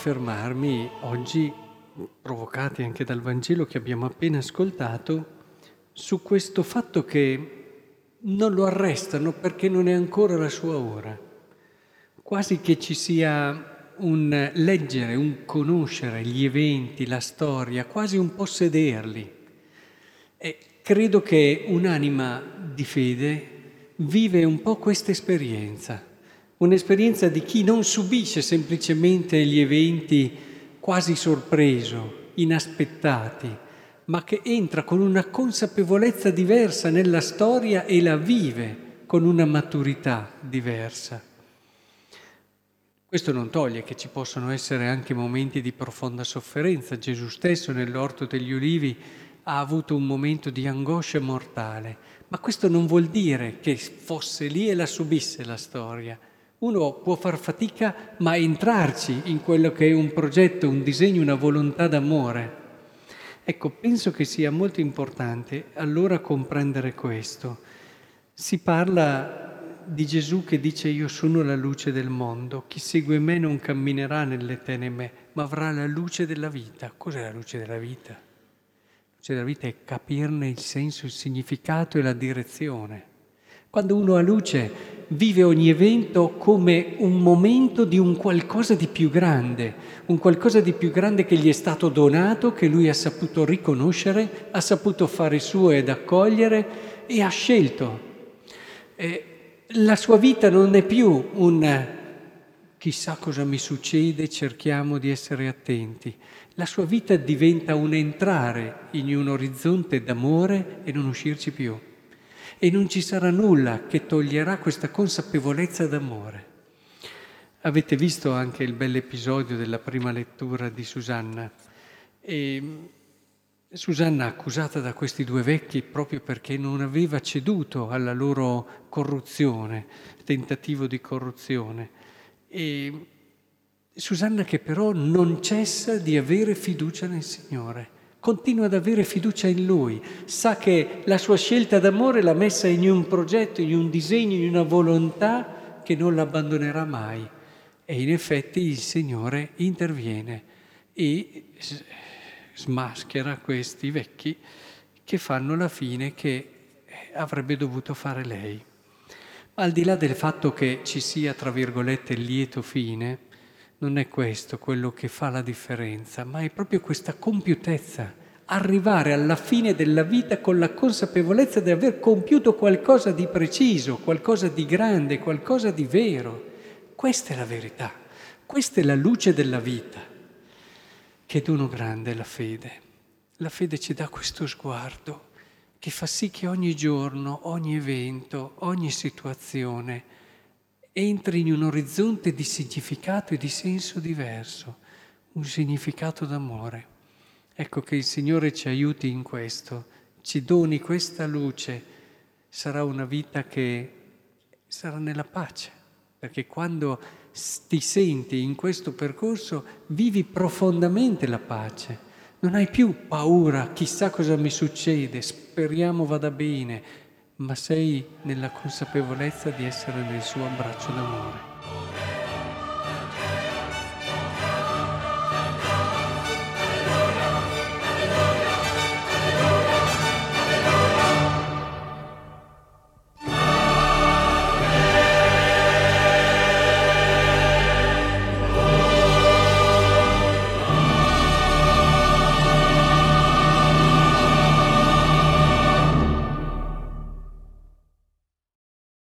soffermarmi oggi, provocati anche dal Vangelo che abbiamo appena ascoltato, su questo fatto che non lo arrestano perché non è ancora la sua ora. Quasi che ci sia un leggere, un conoscere gli eventi, la storia, quasi un possederli. E credo che un'anima di fede vive un po' questa esperienza, un'esperienza di chi non subisce semplicemente gli eventi quasi sorpreso, inaspettati, ma che entra con una consapevolezza diversa nella storia e la vive con una maturità diversa. Questo non toglie che ci possono essere anche momenti di profonda sofferenza. Gesù stesso nell'Orto degli Ulivi ha avuto un momento di angoscia mortale, ma questo non vuol dire che fosse lì e la subisse la storia. Uno può far fatica, ma entrarci in quello che è un progetto, un disegno, una volontà d'amore. Ecco, penso che sia molto importante allora comprendere questo. Si parla di Gesù che dice: io sono la luce del mondo, chi segue me non camminerà nelle tenebre, ma avrà la luce della vita. Cos'è la luce della vita? La luce della vita è capirne il senso, il significato e la direzione. Quando uno ha luce vive ogni evento come un momento di un qualcosa di più grande, un qualcosa di più grande che gli è stato donato, che lui ha saputo riconoscere, ha saputo fare suo ed accogliere e ha scelto. La sua vita non è più un chissà cosa mi succede, cerchiamo di essere attenti. La sua vita diventa un entrare in un orizzonte d'amore e non uscirci più. E non ci sarà nulla che toglierà questa consapevolezza d'amore. Avete visto anche il bell'episodio della prima lettura di Susanna. E Susanna, accusata da questi due vecchi proprio perché non aveva ceduto alla loro corruzione, tentativo di corruzione. E Susanna che però non cessa di avere fiducia nel Signore. Continua ad avere fiducia in Lui, sa che la sua scelta d'amore l'ha messa in un progetto, in un disegno, in una volontà che non l'abbandonerà mai. E in effetti il Signore interviene e smaschera questi vecchi che fanno la fine che avrebbe dovuto fare lei. Ma al di là del fatto che ci sia, tra virgolette, il lieto fine, non è questo quello che fa la differenza, ma è proprio questa compiutezza, arrivare alla fine della vita con la consapevolezza di aver compiuto qualcosa di preciso, qualcosa di grande, qualcosa di vero. Questa è la verità, questa è la luce della vita. Che dono grande è la fede. La fede ci dà questo sguardo che fa sì che ogni giorno, ogni evento, ogni situazione entri in un orizzonte di significato e di senso diverso, un significato d'amore. Ecco, che il Signore ci aiuti in questo, ci doni questa luce, sarà una vita che sarà nella pace, perché quando ti senti in questo percorso vivi profondamente la pace, non hai più paura, chissà cosa mi succede, speriamo vada bene, ma sei nella consapevolezza di essere nel suo abbraccio d'amore.